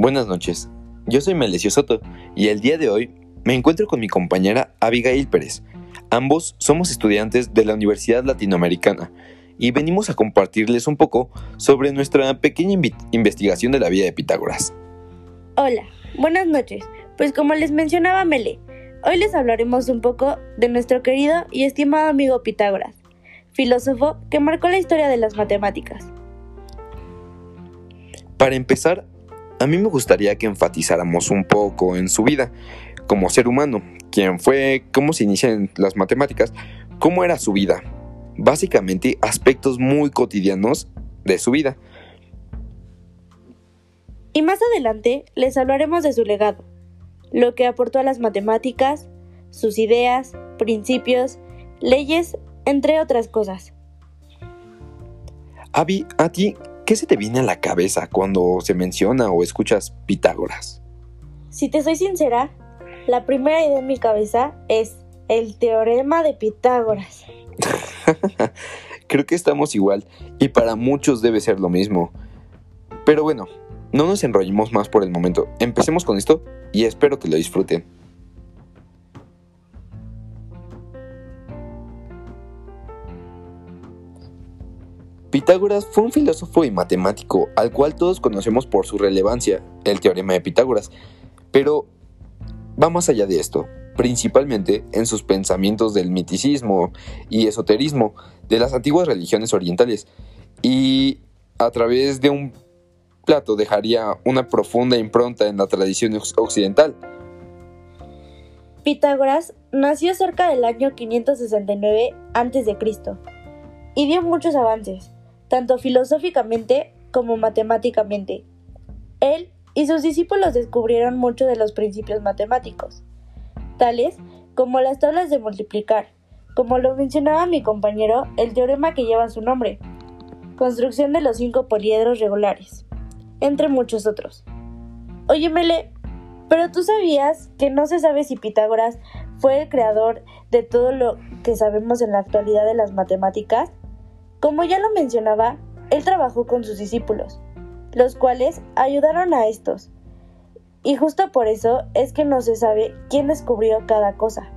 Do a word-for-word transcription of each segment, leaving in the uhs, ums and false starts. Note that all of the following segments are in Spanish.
Buenas noches, yo soy Melesio Soto y el día de hoy me encuentro con mi compañera Abigail Pérez. Ambos somos estudiantes de la Universidad Latinoamericana y venimos a compartirles un poco sobre nuestra pequeña invi- investigación de la vida de Pitágoras. Hola, buenas noches. Pues como les mencionaba Mele, hoy les hablaremos un poco de nuestro querido y estimado amigo Pitágoras, filósofo que marcó la historia de las matemáticas. Para empezar, a mí me gustaría que enfatizáramos un poco en su vida como ser humano, quién fue, cómo se inician las matemáticas, cómo era su vida. Básicamente, aspectos muy cotidianos de su vida. Y más adelante les hablaremos de su legado, lo que aportó a las matemáticas, sus ideas, principios, leyes, entre otras cosas. Abby, ¿a ti qué se te viene a la cabeza cuando se menciona o escuchas Pitágoras? Si te soy sincera, la primera idea en mi cabeza es el teorema de Pitágoras. Creo que estamos igual y para muchos debe ser lo mismo. Pero bueno, no nos enrollemos más por el momento. Empecemos con esto y espero que lo disfruten. Pitágoras fue un filósofo y matemático al cual todos conocemos por su relevancia, el teorema de Pitágoras. Pero va más allá de esto, principalmente en sus pensamientos del miticismo y esoterismo de las antiguas religiones orientales, y a través de un plato dejaría una profunda impronta en la tradición occidental. Pitágoras nació cerca del año quinientos sesenta y nueve antes de Cristo y dio muchos avances, tanto filosóficamente como matemáticamente. Él y sus discípulos descubrieron muchos de los principios matemáticos, tales como las tablas de multiplicar, como lo mencionaba mi compañero, el teorema que lleva su nombre, construcción de los cinco poliedros regulares, entre muchos otros. Oye, Mele, ¿pero tú sabías que no se sabe si Pitágoras fue el creador de todo lo que sabemos en la actualidad de las matemáticas? Como ya lo mencionaba, él trabajó con sus discípulos, los cuales ayudaron a estos, y justo por eso es que no se sabe quién descubrió cada cosa.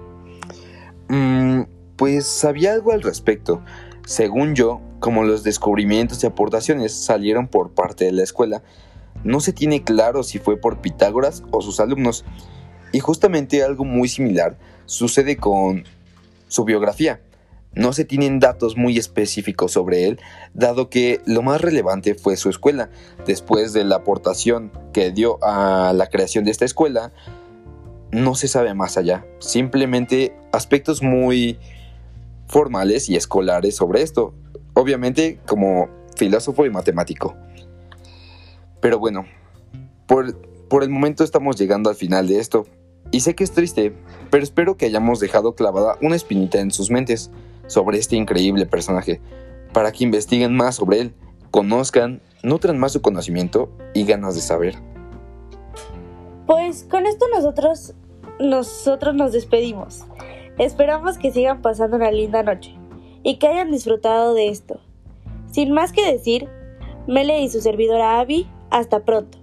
Mm, pues sabía algo al respecto. Según yo, como los descubrimientos y aportaciones salieron por parte de la escuela, no se tiene claro si fue por Pitágoras o sus alumnos, y justamente algo muy similar sucede con su biografía. No se tienen datos muy específicos sobre él, dado que lo más relevante fue su escuela. Después de la aportación que dio a la creación de esta escuela, no se sabe más allá. Simplemente aspectos muy formales y escolares sobre esto. Obviamente como filósofo y matemático. Pero bueno, por, por el momento estamos llegando al final de esto. Y sé que es triste, pero espero que hayamos dejado clavada una espinita en sus mentes sobre este increíble personaje, para que investiguen más sobre él, conozcan, nutran más su conocimiento y ganas de saber. Pues con esto nosotros, nosotros nos despedimos. Esperamos que sigan pasando una linda noche y que hayan disfrutado de esto. Sin más que decir, Mele y su servidora Abby, hasta pronto.